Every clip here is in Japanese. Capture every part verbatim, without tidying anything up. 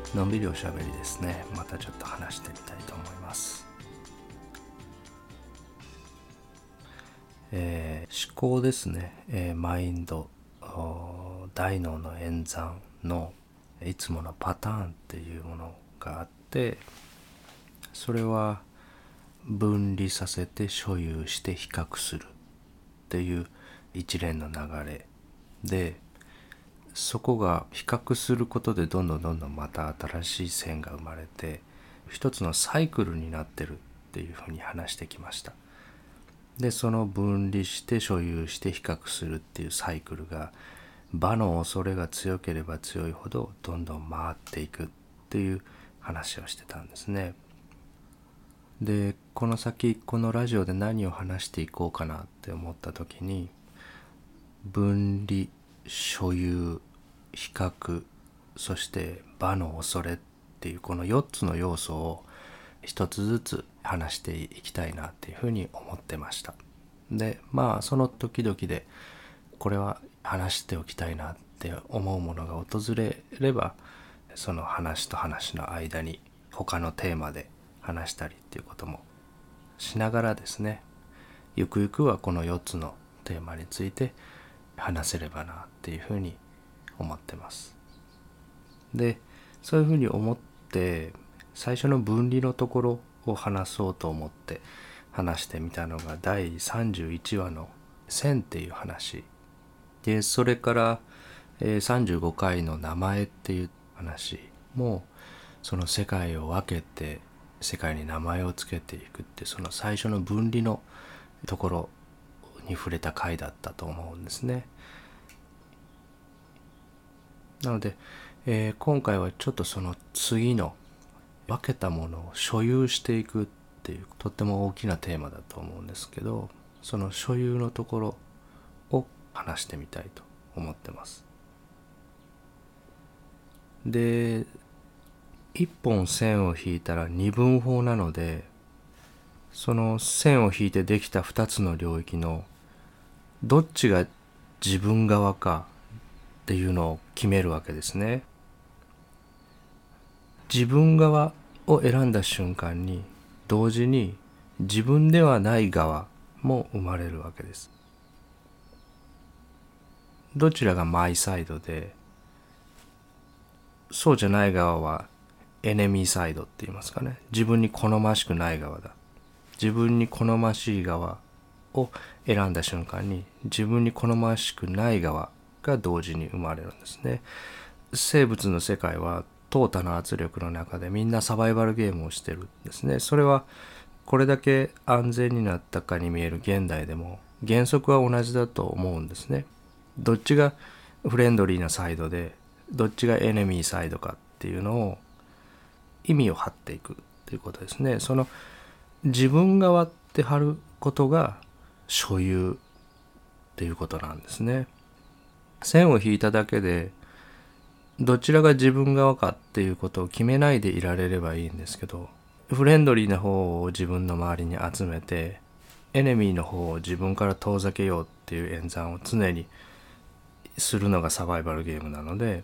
のんびりおしゃべりですね。またちょっと話してみたいと思います。えー、思考ですね、えー、マインド、大脳の演算のいつものパターンっていうものがあって、それは分離させて所有して比較するっていう一連の流れで、そこが比較することでどんどんどんどんまた新しい線が生まれて、一つのサイクルになってるっていうふうに話してきました。でその分離して所有して比較するっていうサイクルが、場の恐れが強ければ強いほどどんどん回っていくっていう話をしてたんですね。でこの先このラジオで何を話していこうかなって思った時に、分離、所有、比較、そして場の恐れっていうこのよっつの要素を一つずつ話していきたいなっていうふうに思ってました。でまあその時々でこれは話しておきたいなって思うものが訪れれば、その話と話の間に他のテーマで話したりっていうこともしながらですね、ゆくゆくはこのよっつのテーマについて話せればなっていうふうに思ってます。でそういうふうに思って最初の分離のところを話そうと思って話してみたのがだいさんじゅういちわの線っていう話で、それからさんじゅうごかいの名前っていう話も、その世界を分けて世界に名前をつけていくって、その最初の分離のところに触れた回だったと思うんですね。なので、えー、今回はちょっとその次の分けたものを所有していくっていうとっても大きなテーマだと思うんですけど、その所有のところを話してみたいと思ってます。で一本線を引いたら二分法なので、その線を引いてできた二つの領域のどっちが自分側かっていうのを決めるわけですね。自分側を選んだ瞬間に同時に自分ではない側も生まれるわけです。どちらがマイサイドで、そうじゃない側はエネミーサイドって言いますかね、自分に好ましくない側だ。自分に好ましい側を選んだ瞬間に自分に好ましくない側が同時に生まれるんですね。生物の世界は淘汰の圧力の中でみんなサバイバルゲームをしてるんですね。それはこれだけ安全になったかに見える現代でも原則は同じだと思うんですね。どっちがフレンドリーなサイドでどっちがエネミーサイドかっていうのを意味を張っていくっていうことですね。その自分側って張ることが所有っていうことなんですね。線を引いただけでどちらが自分側かっていうことを決めないでいられればいいんですけど、フレンドリーな方を自分の周りに集めてエネミーの方を自分から遠ざけようっていう演算を常にするのがサバイバルゲームなので、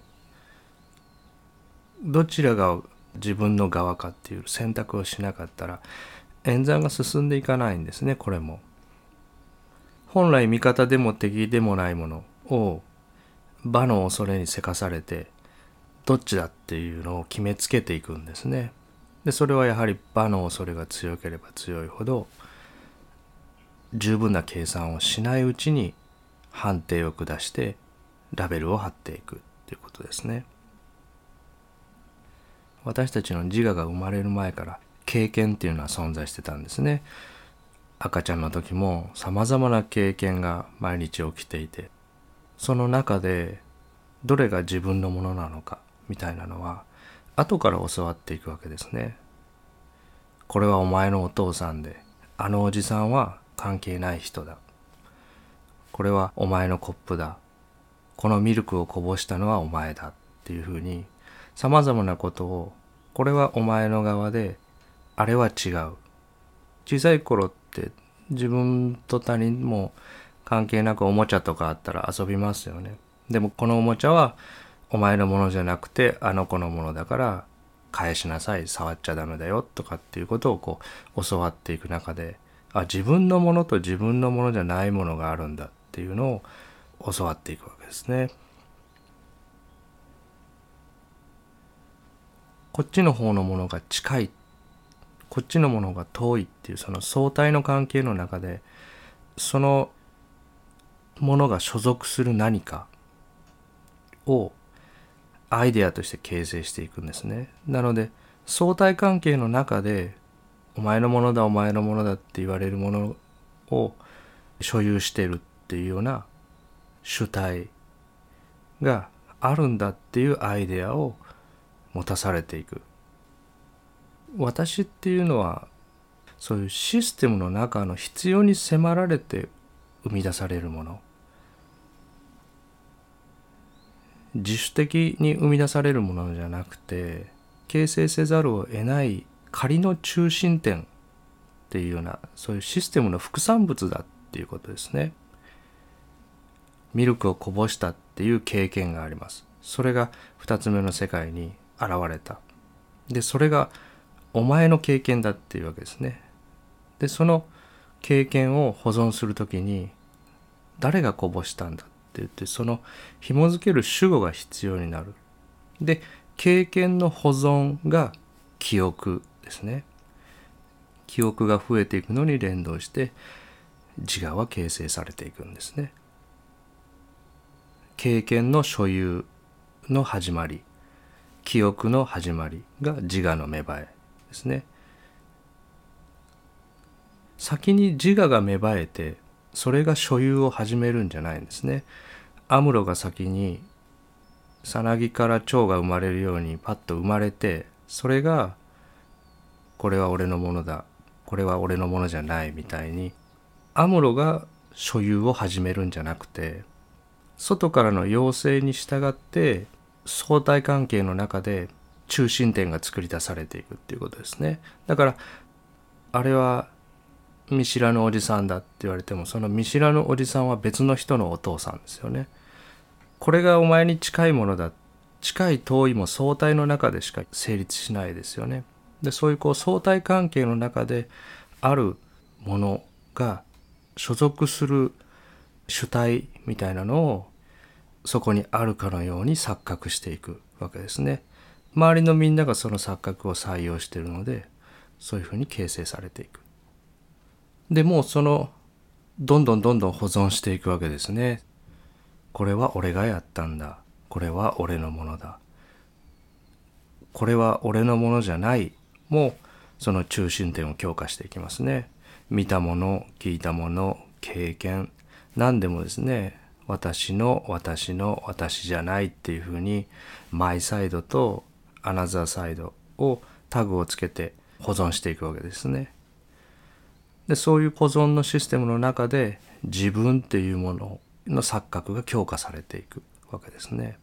どちらが自分の側かっていう選択をしなかったら演算が進んでいかないんですね。これも本来味方でも敵でもないものを場の恐れにせかされてどっちだっていうのを決めつけていくんですね。でそれはやはり場の恐れが強ければ強いほど十分な計算をしないうちに判定を下してラベルを貼っていくということですね。私たちの自我が生まれる前から経験っていうのは存在してたんですね。赤ちゃんの時もさまざまな経験が毎日起きていて、その中でどれが自分のものなのかみたいなのは後から教わっていくわけですね。これはお前のお父さんで、あのおじさんは関係ない人だ。これはお前のコップだ。このミルクをこぼしたのはお前だっていうふうにさまざまなことを、これはお前の側で、あれは違う。小さい頃って自分と他人も関係なくおもちゃとかあったら遊びますよね。でもこのおもちゃはお前のものじゃなくてあの子のものだから返しなさい、触っちゃダメだよとかっていうことをこう教わっていく中で、あ、自分のものと自分のものじゃないものがあるんだっていうのを教わっていくわけですね。こっちの方のものが近い、こっちのものが遠いっていうその相対の関係の中で、そのものが所属する何かをアイデアとして形成していくんですね。なので相対関係の中でお前のものだお前のものだって言われるものを所有しているっていうような主体があるんだっていうアイデアを持たされていく。私っていうのはそういうシステムの中の必要に迫られて生み出されるもの、自主的に生み出されるものじゃなくて形成せざるを得ない仮の中心点っていうような、そういうシステムの副産物だっていうことですね。ミルクをこぼしたっていう経験があります。それが二つ目の世界に現れた。でそれがお前の経験だっていうわけですね。でその経験を保存するときに誰がこぼしたんだって言って、その紐づける主語が必要になる。で経験の保存が記憶ですね。記憶が増えていくのに連動して自我は形成されていくんですね。経験の所有の始まり、記憶の始まりが自我の芽生えですね。先に自我が芽生えてそれが所有を始めるんじゃないんですね。アムロが先にさなぎから蝶が生まれるようにパッと生まれて、それがこれは俺のものだ、これは俺のものじゃないみたいにアムロが所有を始めるんじゃなくて、外からの要請に従って相対関係の中で中心点が作り出されていくっていうことですね。だからあれは見知らぬおじさんだって言われても、その見知らぬおじさんは別の人のお父さんですよね。これがお前に近いものだ、近い遠いも相対の中でしか成立しないですよね。でそういうこう相対関係の中であるものが所属する主体みたいなのをそこにあるかのように錯覚していくわけですね。周りのみんながその錯覚を採用しているので、そういうふうに形成されていく。でもうそのどんどんどんどん保存していくわけですね。これは俺がやったんだ、これは俺のものだ、これは俺のものじゃない、もうその中心点を強化していきますね。見たもの、聞いたもの、経験、何でもですね、私の私の私じゃないっていうふうにマイサイドとアナザーサイドをタグをつけて保存していくわけですね。でそういう保存のシステムの中で自分っていうものの錯覚が強化されていくわけですね。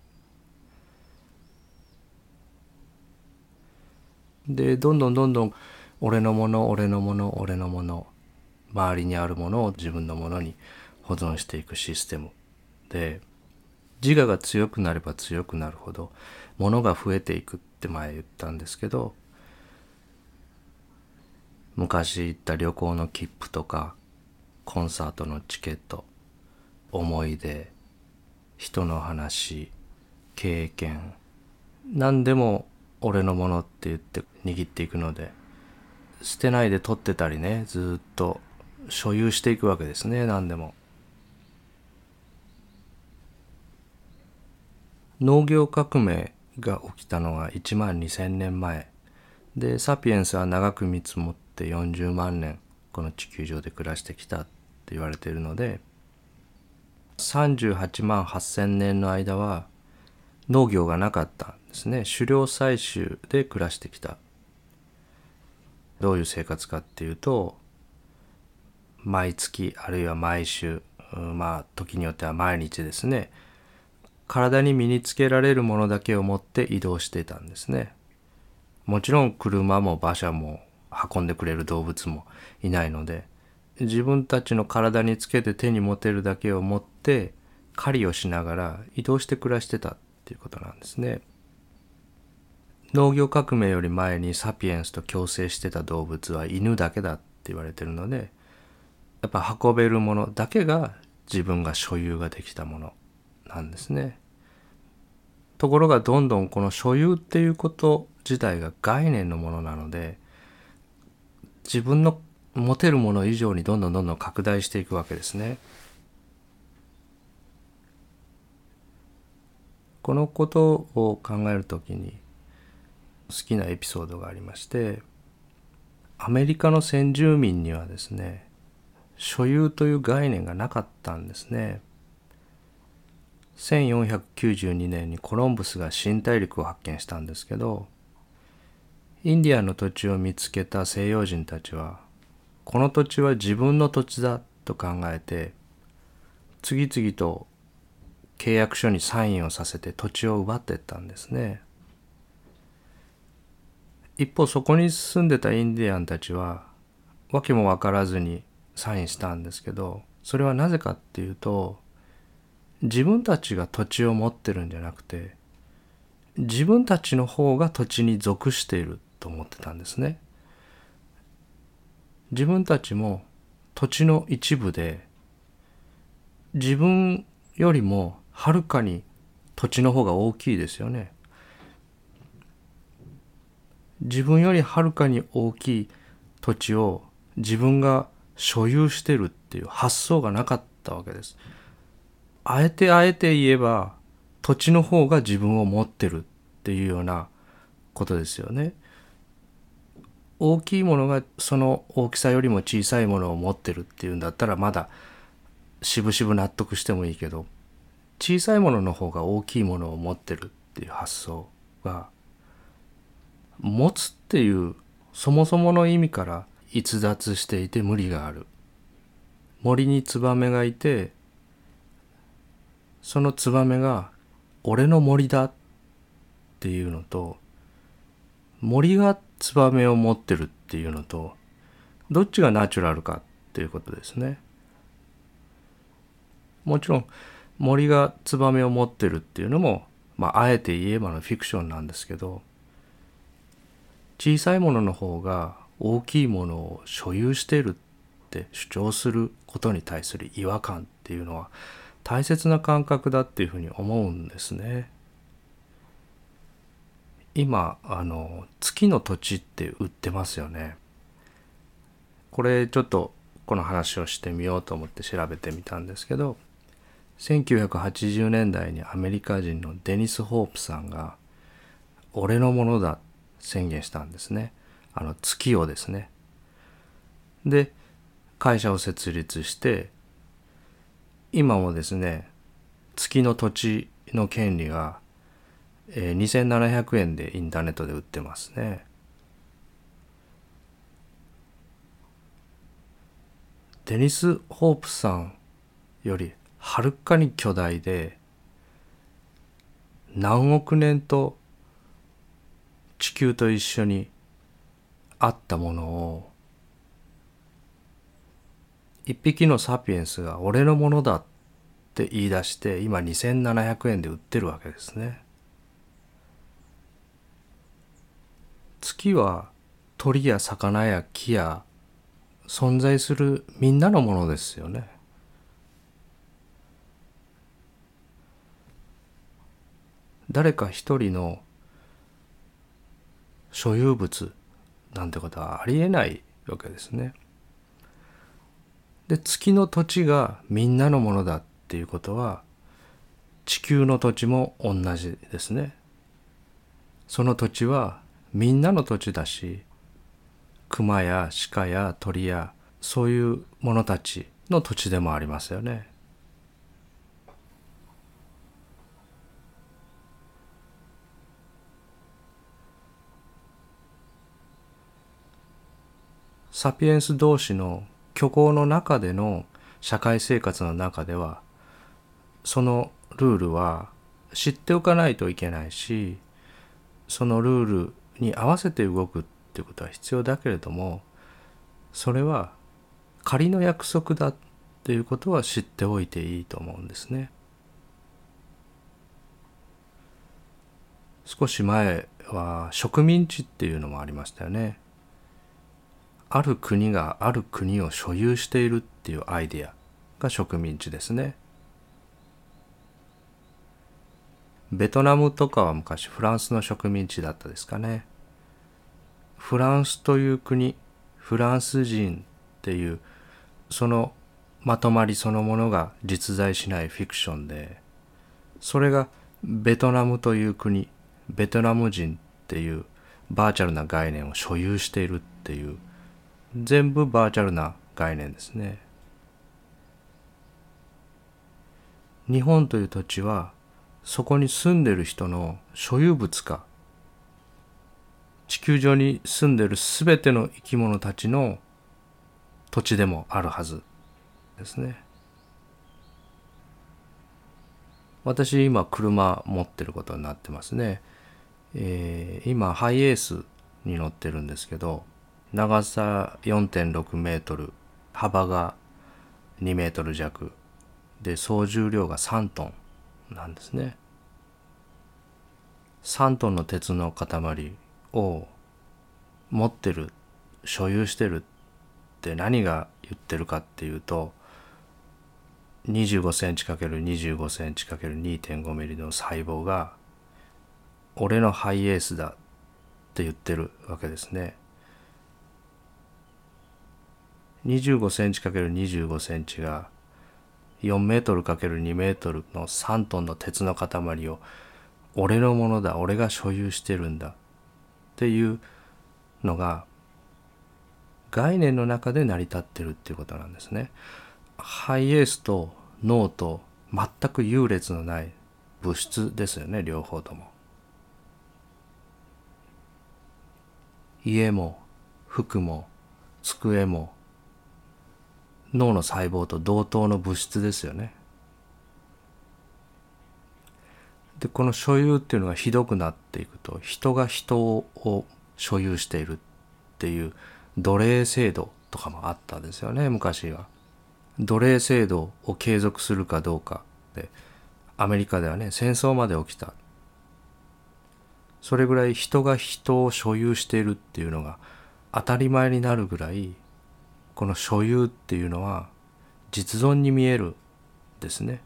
でどんどんどんどん俺のもの俺のもの俺のもの、周りにあるものを自分のものに保存していくシステムで、自我が強くなれば強くなるほどものが増えていくって前言ったんですけど、昔行った旅行の切符とかコンサートのチケット、思い出、人の話、経験、何でも俺のものって言って握っていくので、捨てないで取ってたりね、ずっと所有していくわけですね。何でも農業革命が起きたのはいちまんにせんねんまえで、サピエンスは長く見積もってよんじゅうまんねんこの地球上で暮らしてきたって言われているので、さんじゅうはちまんはっせんねんの間は農業がなかったんですね。狩猟採集で暮らしてきた。どういう生活かっていうと、毎月あるいは毎週、まあ時によっては毎日ですね、体に身につけられるものだけを持って移動していたんですね。もちろん車も馬車も運んでくれる動物もいないので、自分たちの体につけて手に持てるだけを持って狩りをしながら移動して暮らしてたっていうことなんですね。 農業革命より前にサピエンスと共生してた動物は犬だけだって言われてるので、やっぱ運べるものだけが自分が所有ができたものなんですね。ところがどんどんこの所有っていうこと自体が概念のものなので、自分の持てるもの以上にどんどんどんどん拡大していくわけですね。このことを考えるときに好きなエピソードがありまして、アメリカの先住民にはですね、所有という概念がなかったんですね。せんよんひゃくきゅうじゅうにねんにコロンブスが新大陸を発見したんですけど、インディアンの土地を見つけた西洋人たちは、この土地は自分の土地だと考えて、次々と契約書にサインをさせて土地を奪っていったんですね。一方そこに住んでたインディアンたちは訳も分からずにサインしたんですけど、それはなぜかっていうと、自分たちが土地を持ってるんじゃなくて、自分たちの方が土地に属していると思ってたんですね。自分たちも土地の一部で、自分よりもはるかに土地の方が大きいですよね。自分よりはるかに大きい土地を自分が所有してるっていう発想がなかったわけです。あえてあえて言えば土地の方が自分を持ってるっていうようなことですよね。大きいものがその大きさよりも小さいものを持ってるっていうんだったらまだしぶしぶ納得してもいいけど、小さいものの方が大きいものを持ってるっていう発想が、持つっていうそもそもの意味から逸脱していて無理がある。森にツバメがいて、そのツバメが俺の森だっていうのと、森がツバメを持ってるっていうのと、どっちがナチュラルかっていうことですね。もちろん森がツバメを持ってるっていうのも、まああえて言えばのフィクションなんですけど、小さいものの方が大きいものを所有しているって主張することに対する違和感っていうのは大切な感覚だっていうふうに思うんですね。今あの月の土地って売ってますよね。これちょっとこの話をしてみようと思って調べてみたんですけど、せんきゅうひゃくはちじゅうねんだいにアメリカ人のデニス・ホープさんが俺のものだ宣言したんですね。あの月をですね。で会社を設立して、今もですね月の土地の権利がにせんななひゃくえんでインターネットで売ってますね。デニス・ホープさんよりはるかに巨大で、何億年と地球と一緒にあったものを、一匹のサピエンスが俺のものだって言い出して、今にせんななひゃくえんで売ってるわけですね。月は鳥や魚や木や存在するみんなのものですよね。誰か一人の所有物なんてことはありえないわけですね。で、月の土地がみんなのものだっていうことは、地球の土地も同じですね。その土地はみんなの土地だし、熊や鹿や鳥やそういうものたちの土地でもありますよね。サピエンス同士の虚構の中での社会生活の中では、そのルールは知っておかないといけないし、そのルールに合わせて動くっていうことは必要だけれども、それは仮の約束だっていうことは知っておいていいと思うんですね。少し前は植民地っていうのもありましたよね。ある国がある国を所有しているっていうアイデアが植民地ですね。ベトナムとかは昔フランスの植民地だったですかね。フランスという国、フランス人っていうそのまとまりそのものが実在しないフィクションで、それがベトナムという国、ベトナム人っていうバーチャルな概念を所有しているっていう、全部バーチャルな概念ですね。日本という土地はそこに住んでる人の所有物か、地球上に住んでるすべての生き物たちの土地でもあるはずですね。私今車持ってることになってますね。えー、今ハイエースに乗ってるんですけど、長さ よんてんろくメートル、幅がにメートル弱で、総重量がさんトンなんですね。さんトンの鉄の塊を持ってる、所有してるって何が言ってるかっていうと、にじゅうごセンチかけるにじゅうごセンチかけるにてんごミリの細胞が俺のハイエースだって言ってるわけですね。にじゅうごセンチかけるにじゅうごセンチがよんメートルかけるにメートルのさんトンの鉄の塊を俺のものだ、俺が所有してるんだっていうのが概念の中で成り立ってるっていうことなんですね。ハイエースと脳と全く優劣のない物質ですよね、両方とも。家も服も机も脳の細胞と同等の物質ですよね。で、この所有っていうのがひどくなっていくと、人が人を所有しているっていう奴隷制度とかもあったんですよね、昔は。奴隷制度を継続するかどうかで、アメリカではね、戦争まで起きた。それぐらい人が人を所有しているっていうのが当たり前になるぐらい、この所有っていうのは実存に見えるんですね。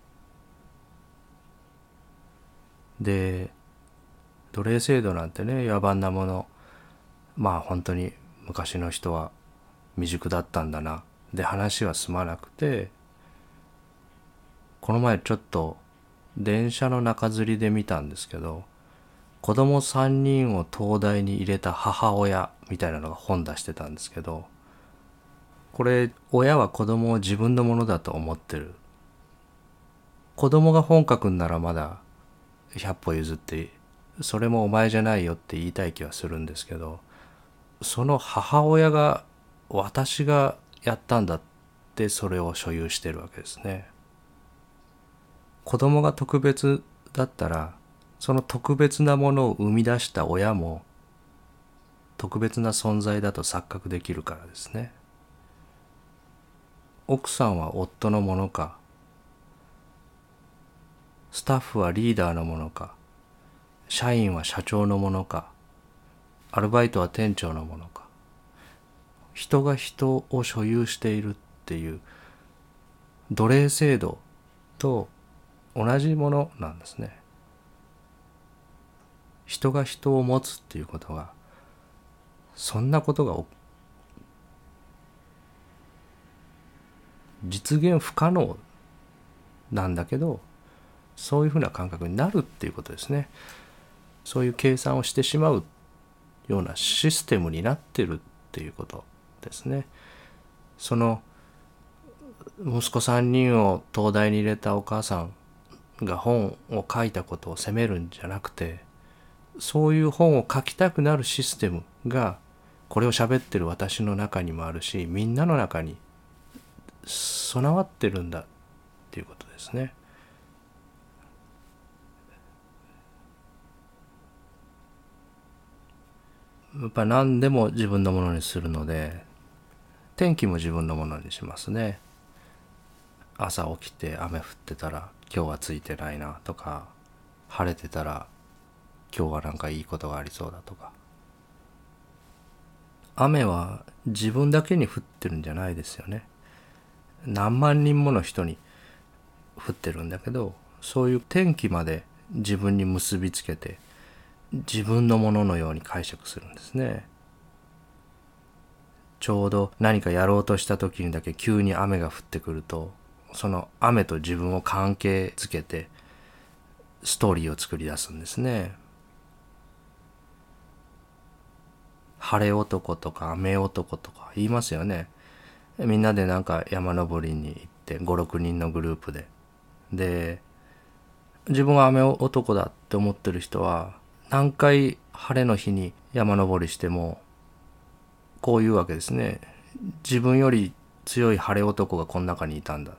で、奴隷制度なんてね、野蛮なもの、まあ本当に昔の人は未熟だったんだなで話は済まなくて、この前ちょっと電車の中吊りで見たんですけど、子供さんにんを東大に入れた母親みたいなのが本出してたんですけど、これ親は子供を自分のものだと思ってる。子供が本書くんならまだひゃっぽ譲って、それもお前じゃないよって言いたい気はするんですけど、その母親が私がやったんだってそれを所有してるわけですね。子供が特別だったら、その特別なものを生み出した親も特別な存在だと錯覚できるからですね。奥さんは夫のものか、スタッフはリーダーのものか、社員は社長のものか、アルバイトは店長のものか、人が人を所有しているっていう奴隷制度と同じものなんですね。人が人を持つっていうことが、そんなことが実現不可能なんだけど、そういうふうな感覚になるっていうことですね。そういう計算をしてしまうようなシステムになってるっていうことですね。その息子さんにんを東大に入れたお母さんが本を書いたことを責めるんじゃなくて、そういう本を書きたくなるシステムがこれを喋ってる私の中にもあるし、みんなの中に備わってるんだっていうことですね。やっぱ何でも自分のものにするので、天気も自分のものにしますね。朝起きて雨降ってたら今日はついてないなとか、晴れてたら今日はなんかいいことがありそうだとか。雨は自分だけに降ってるんじゃないですよね。何万人もの人に降ってるんだけど、そういう天気まで自分に結びつけて自分のもののように解釈するんですね。ちょうど何かやろうとした時にだけ急に雨が降ってくると、その雨と自分を関係づけてストーリーを作り出すんですね。晴れ男とか雨男とか言いますよね。みんなでなんか山登りに行ってご、ろくにんのグループで。で、自分は雨男だって思ってる人は何回晴れの日に山登りしてもこういうわけですね。自分より強い晴れ男がこの中にいたんだ。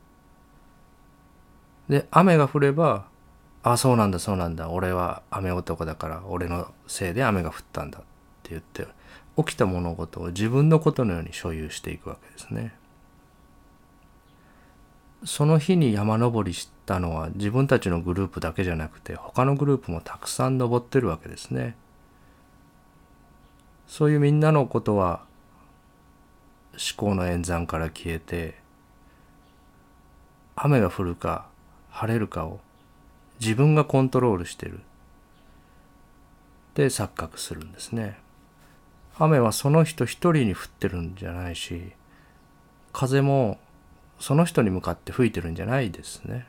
で、雨が降れば、あ、そうなんだそうなんだ、俺は雨男だから俺のせいで雨が降ったんだって言って、起きた物事を自分のことのように所有していくわけですね。その日に山登りしたのは自分たちのグループだけじゃなくて、他のグループもたくさん登ってるわけですね。そういうみんなのことは思考の演算から消えて、雨が降るか晴れるかを自分がコントロールしてるで錯覚するんですね。雨はその人一人に降ってるんじゃないし、風もその人に向かって吹いてるんじゃないですね。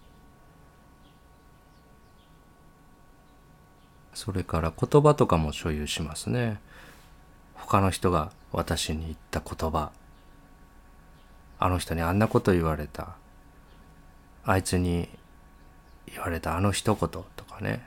それから言葉とかも所有しますね。他の人が私に言った言葉、あの人にあんなこと言われた、あいつに言われたあの一言とかね。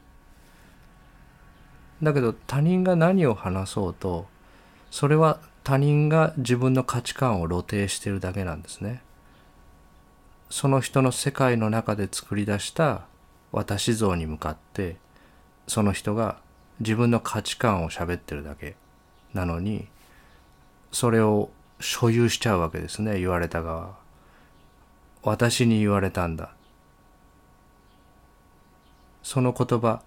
だけど他人が何を話そうと、それは他人が自分の価値観を露呈しているだけなんですね。その人の世界の中で作り出した私像に向かってその人が自分の価値観を喋ってるだけなのに、それを所有しちゃうわけですね。言われた側は私に言われたんだ、その言葉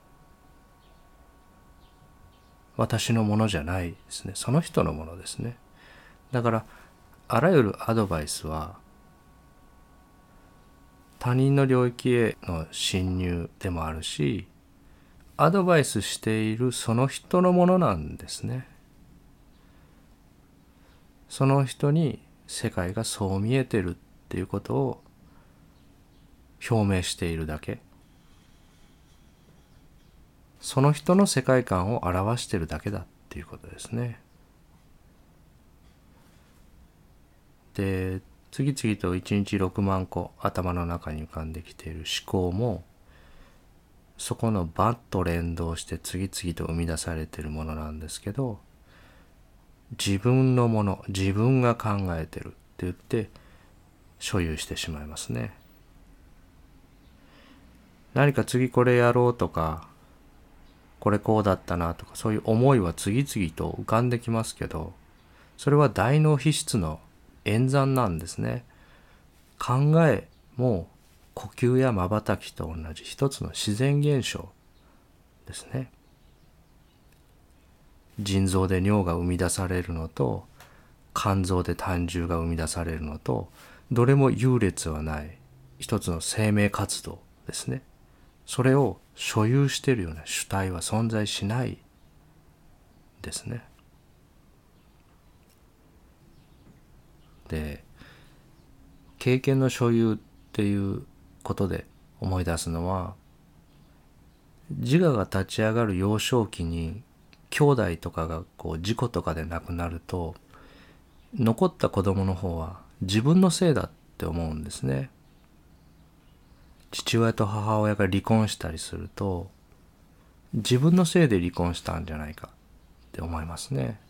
私のものじゃないですね。その人のものですね。だからあらゆるアドバイスは他人の領域への侵入でもあるし、アドバイスしているその人のものなんですね。その人に世界がそう見えてるっていうことを表明しているだけ。その人の世界観を表しているだけだっていうことですね。で、次々といちにちろくまんこ頭の中に浮かんできている思考も、そこの場と連動して次々と生み出されているものなんですけど、自分のもの、自分が考えてるって言って所有してしまいますね。何か次これやろうとか、これこうだったなとか、そういう思いは次々と浮かんできますけど、それは大脳皮質の演算なんですね。考えも呼吸や瞬きと同じ一つの自然現象ですね。腎臓で尿が生み出されるのと肝臓で胆汁が生み出されるのと、どれも優劣はない一つの生命活動ですね。それを所有しているような主体は存在しないですね。で、経験の所有っていうことで思い出すのは、自我が立ち上がる幼少期に兄弟とかがこう事故とかで亡くなると、残った子供の方は自分のせいだって思うんですね。父親と母親が離婚したりすると、自分のせいで離婚したんじゃないかって思いますね。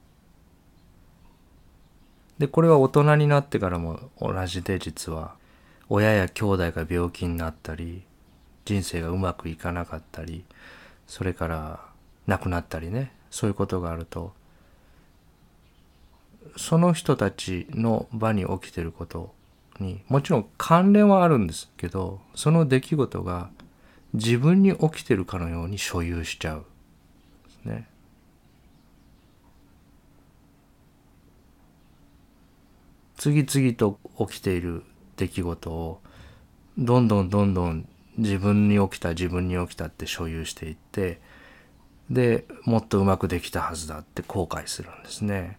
で、これは大人になってからも同じで、実は親や兄弟が病気になったり、人生がうまくいかなかったり、それから亡くなったりね、そういうことがあると、その人たちの場に起きていることにもちろん関連はあるんですけど、その出来事が自分に起きてるかのように所有しちゃうですね。次々と起きている出来事をどんどんどんどん自分に起きた自分に起きたって所有していって、でもっとうまくできたはずだって後悔するんですね。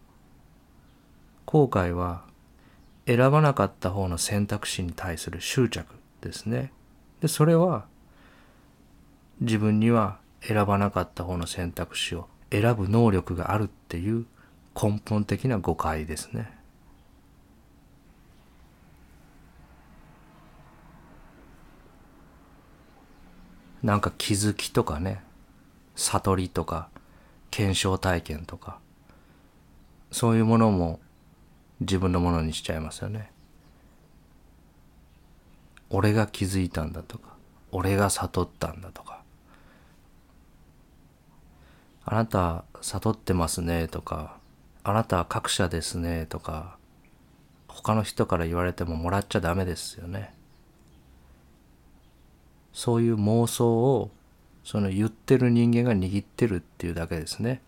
後悔は選ばなかった方の選択肢に対する執着ですね。でそれは自分には選ばなかった方の選択肢を選ぶ能力があるっていう根本的な誤解ですね。なんか気づきとかね、悟りとか検証体験とか、そういうものも自分のものにしちゃいますよね。俺が気づいたんだとか、俺が悟ったんだとか、あなた悟ってますねとか、あなたは格者ですねとか、他の人から言われてももらっちゃダメですよね。そういう妄想をその言ってる人間が握ってるっていうだけですね。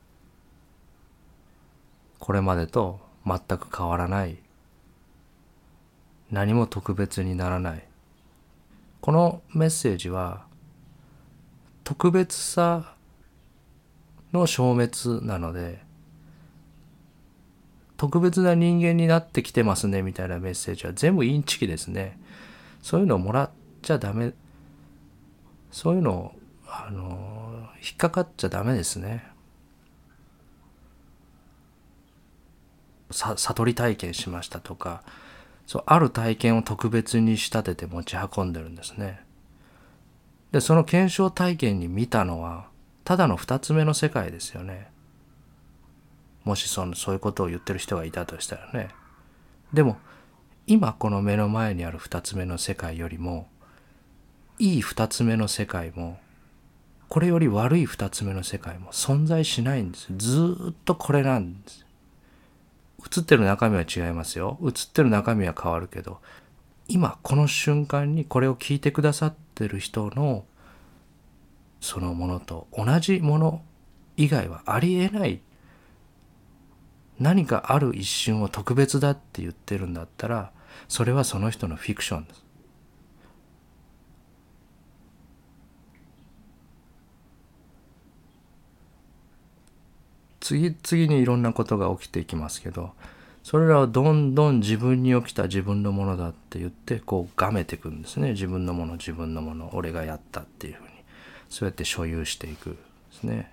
これまでと全く変わらない、何も特別にならない。このメッセージは特別さの消滅なので、特別な人間になってきてますねみたいなメッセージは全部インチキですね。そういうのをもらっちゃダメ。そういうのをあの引っかかっちゃダメですね。さ悟り体験しましたとか、そうある体験を特別に仕立てて持ち運んでるんですね。でその検証体験に見たのはただの二つ目の世界ですよね。もしそのそういうことを言ってる人がいたとしたらね。でも今この目の前にある二つ目の世界よりもいい二つ目の世界もこれより悪い二つ目の世界も存在しないんです。ずーっとこれなんです。映ってる中身は違いますよ。映ってる中身は変わるけど、今この瞬間にこれを聞いてくださってる人のそのものと同じもの以外はありえない。何かある一瞬を特別だって言ってるんだったら、それはその人のフィクションです。次々にいろんなことが起きていきますけど、それらをどんどん自分に起きた自分のものだって言ってこうがめていくんですね。自分のもの自分のもの、俺がやったっていうふうに、そうやって所有していくですね。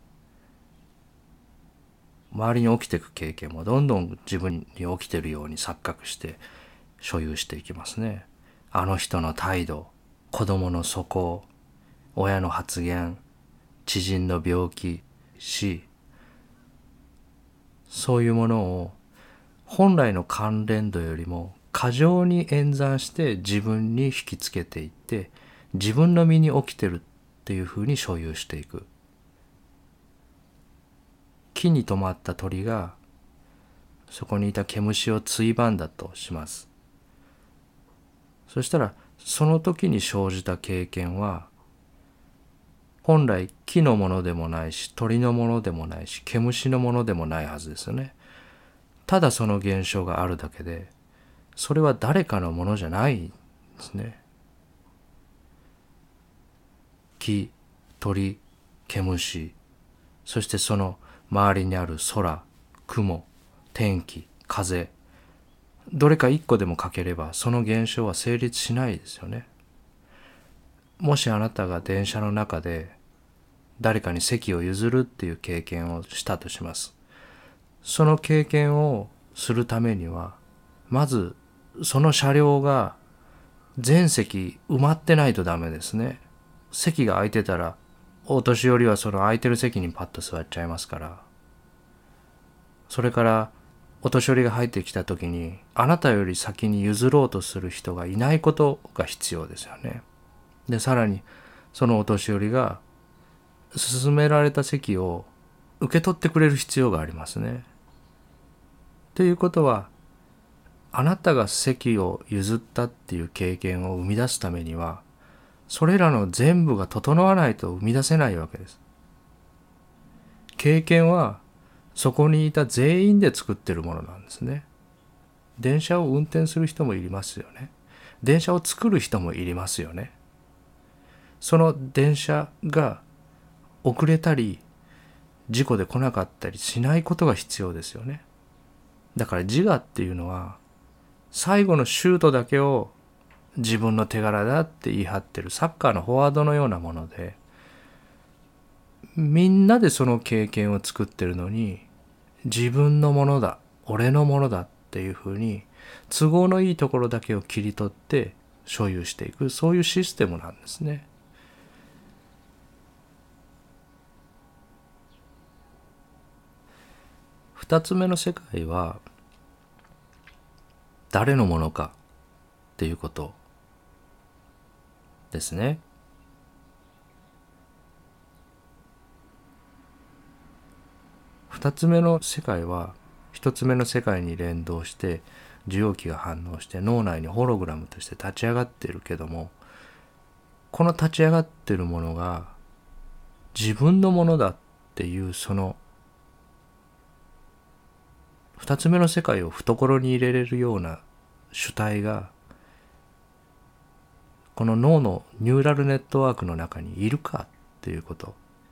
周りに起きていく経験もどんどん自分に起きてるように錯覚して所有していきますね。あの人の態度、子供の素行、親の発言、知人の病気、死、そういうものを本来の関連度よりも過剰に演算して自分に引きつけていって、自分の身に起きてるっていうふうに所有していく。木に止まった鳥がそこにいた毛虫をついばんだとします。そしたらその時に生じた経験は本来木のものでもないし、鳥のものでもないし、毛虫のものでもないはずですよね。ただその現象があるだけで、それは誰かのものじゃないんですね。木、鳥、毛虫、そしてその周りにある空、雲、天気、風、どれか一個でも欠ければその現象は成立しないですよね。もしあなたが電車の中で誰かに席を譲るっていう経験をしたとします。その経験をするためには、まずその車両が全席埋まってないとダメですね。席が空いてたらお年寄りはその空いてる席にパッと座っちゃいますから。それからお年寄りが入ってきた時にあなたより先に譲ろうとする人がいないことが必要ですよね。でさらにそのお年寄りが勧められた席を受け取ってくれる必要がありますね。ということは、あなたが席を譲ったっていう経験を生み出すためには、 それらの全部が整わないと生み出せないわけです。経験はそこにいた全員で作ってるものなんですね。電車を運転する人もいりますよね。電車を作る人もいりますよね。その電車が遅れたり事故で来なかったりしないことが必要ですよね。だから自我っていうのは最後のシュートだけを自分の手柄だって言い張ってるサッカーのフォワードのようなもので、みんなでその経験を作ってるのに自分のものだ、俺のものだっていうふうに都合のいいところだけを切り取って所有していく、そういうシステムなんですね。二つ目の世界は誰のものかっていうことですね。二つ目の世界は一つ目の世界に連動して受容器が反応して脳内にホログラムとして立ち上がっているけども、この立ち上がっているものが自分のものだっていうその二つ目の世界を懐に入れれるような主体がこの脳のニューラルネットワークの中にいるかっていうこと。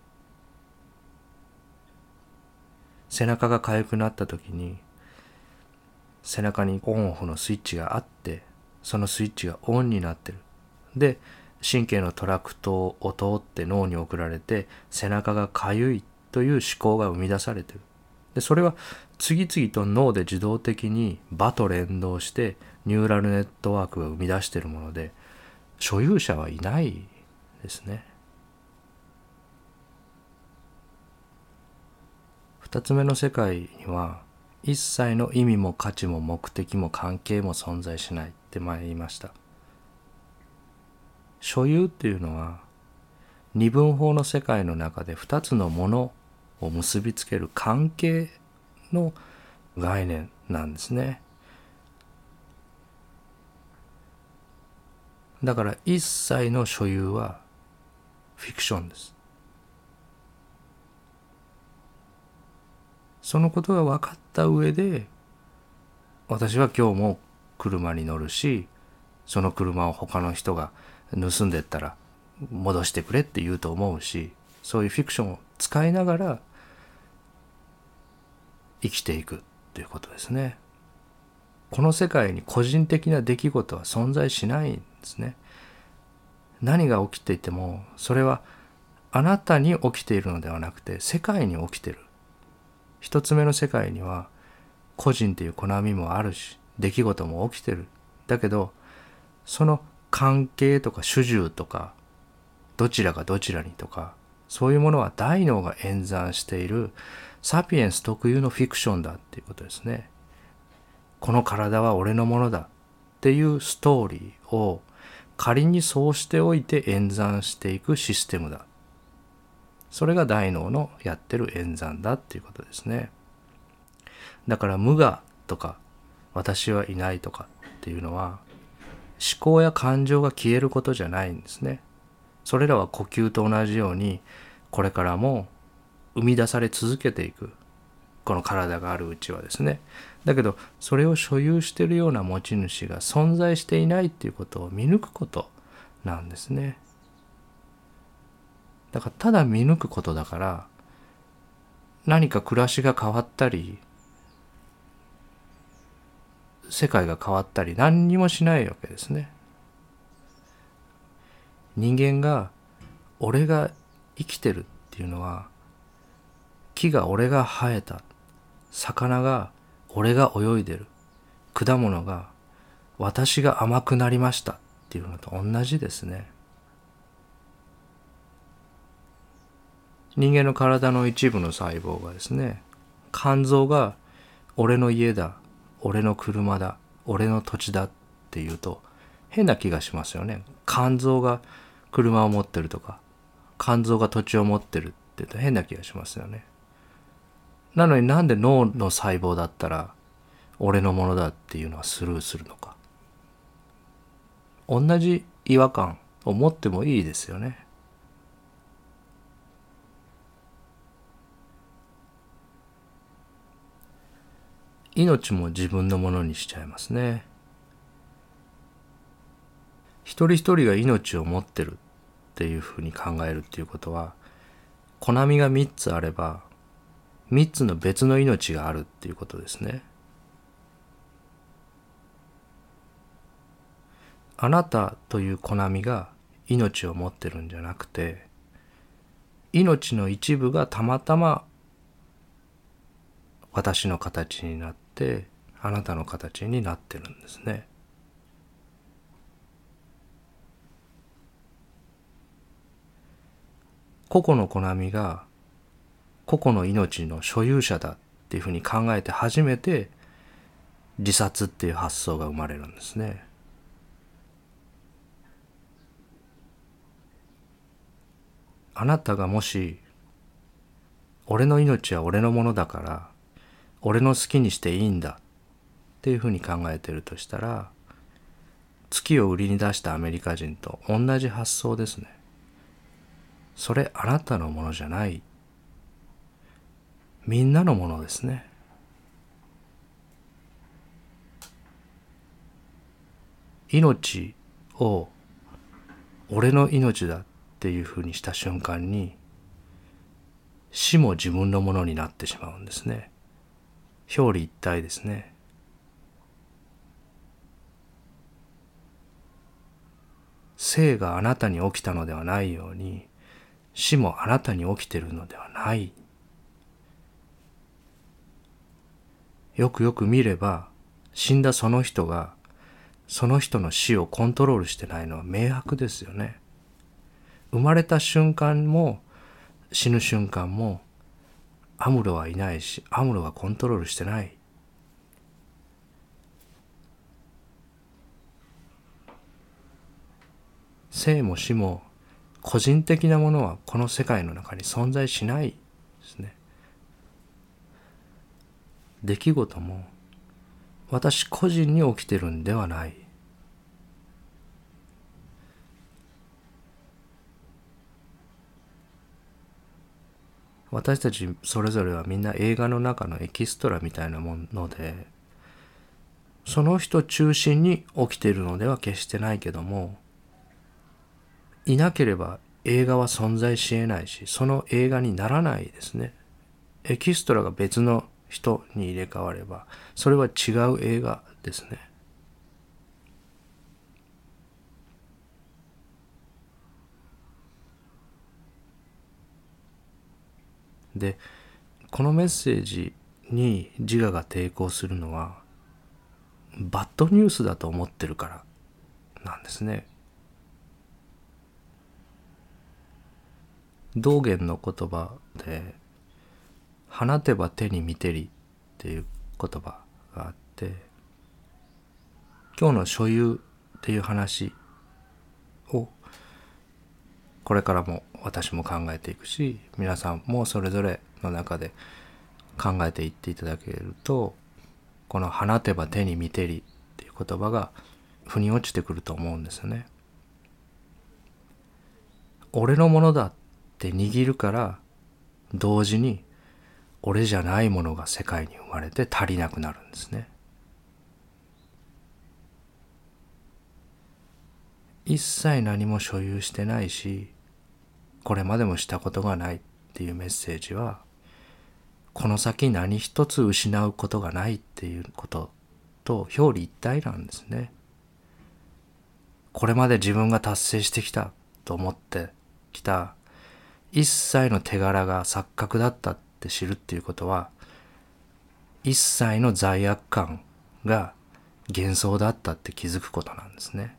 背中が痒くなった時に背中にオンオフのスイッチがあって、そのスイッチがオンになってる。で神経のトラクトを通って脳に送られて背中が痒いという思考が生み出されてる。でそれは次々と脳で自動的に場と連動してニューラルネットワークが生み出しているもので、所有者はいないですね。二つ目の世界には一切の意味も価値も目的も関係も存在しないって前言いました。所有っていうのは二分法の世界の中で二つのものを結びつける関係の概念なんですね。だから一切の所有はフィクションです。そのことが分かった上で、私は今日も車に乗るし、その車を他の人が盗んでったら戻してくれって言うと思うし、そういうフィクションを使いながら生きていくということですね。この世界に個人的な出来事は存在しないんですね。何が起きていてもそれはあなたに起きているのではなくて世界に起きている。一つ目の世界には個人というコナミもあるし、出来事も起きてる。だけどその関係とか主従とかどちらがどちらにとか、そういうものは大脳が演算しているサピエンス特有のフィクションだっていうことですね。この体は俺のものだっていうストーリーを仮にそうしておいて演算していくシステムだ。それが大脳のやってる演算だっていうことですね。だから無我とか私はいないとかっていうのは思考や感情が消えることじゃないんですね。それらは呼吸と同じようにこれからも生み出され続けていく。この体があるうちはですね。だけどそれを所有しているような持ち主が存在していないっていうことを見抜くことなんですね。だからただ見抜くことだから何か暮らしが変わったり世界が変わったり何にもしないわけですね。人間が俺が生きてるっていうのは木が俺が生えた、魚が俺が泳いでる、果物が私が甘くなりましたっていうのと同じですね。人間の体の一部の細胞がですね、肝臓が俺の家だ、俺の車だ、俺の土地だっていうと変な気がしますよね。肝臓が車を持ってるとか肝臓が土地を持ってるって言うと変な気がしますよね。なのになんで脳の細胞だったら俺のものだっていうのはスルーするのか。同じ違和感、 思ってもいいですよね。命も自分のものにしちゃいますね。一人一人が命を持ってるっていうふうに考えるっていうことは、コナミがみっつあればみっつの別の命があるっていうことですね。あなたというコナミが命を持ってるんじゃなくて、命の一部がたまたま私の形になってあなたの形になってるんですね。個々のコナミが個々の命の所有者だっていうふうに考えて初めて自殺っていう発想が生まれるんですね。あなたがもし俺の命は俺のものだから俺の好きにしていいんだっていうふうに考えてるとしたら、月を売りに出したアメリカ人と同じ発想ですね。それあなたのものじゃない。みんなのものですね。命を俺の命だっていうふうにした瞬間に、死も自分のものになってしまうんですね。表裏一体ですね。生があなたに起きたのではないように、死もあなたに起きているのではない。よくよく見れば、死んだその人がその人の死をコントロールしてないのは明白ですよね。生まれた瞬間も死ぬ瞬間もアムロはいないし、アムロがコントロールしてない。生も死も個人的なものはこの世界の中に存在しないですね。出来事も私個人に起きてるんではない。私たちそれぞれはみんな映画の中のエキストラみたいなもので、その人中心に起きているのでは決してないけども、いなければ映画は存在し得ないし、その映画にならないですね。エキストラが別の人に入れ替われば、それは違う映画ですね。で、このメッセージに自我が抵抗するのは、バッドニュースだと思ってるからなんですね。道元の言葉で、放てば手に満てりっていう言葉があって、今日の所有っていう話をこれからも私も考えていくし、皆さんもそれぞれの中で考えていっていただけると、この放てば手に満てりっていう言葉が腑に落ちてくると思うんですよね。俺のものだって握るから、同時に俺じゃないものが世界に生まれて足りなくなるんですね。一切何も所有してないし、これまでもしたことがないっていうメッセージは、この先何一つ失うことがないっていうことと表裏一体なんですね。これまで自分が達成してきたと思ってきた一切の手柄が錯覚だったって知るっていうことは、一切の罪悪感が幻想だったって気づくことなんですね。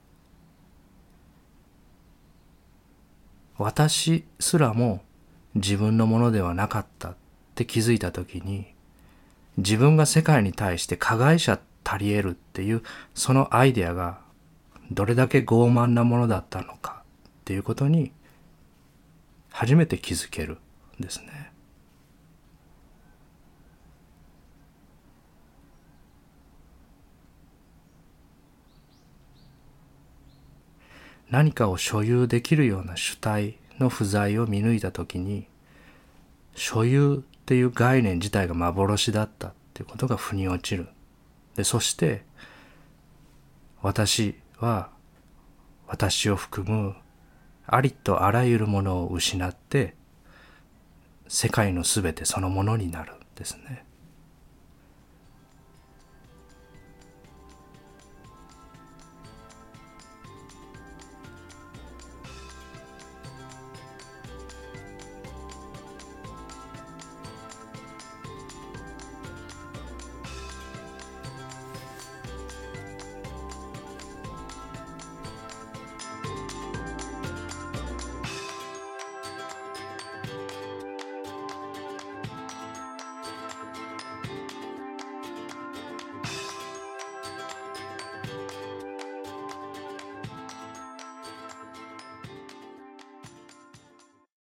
私すらも自分のものではなかったって気づいたときに、自分が世界に対して加害者たり得るっていうそのアイデアがどれだけ傲慢なものだったのかっていうことに初めて気づけるんですね。 何かを所有できるような主体の不在を見抜いたときに、所有っていう概念自体が幻だったっていうことが腑に落ちる。で、そして私は私を含むありとあらゆるものを失って世界のすべてそのものになるんですね。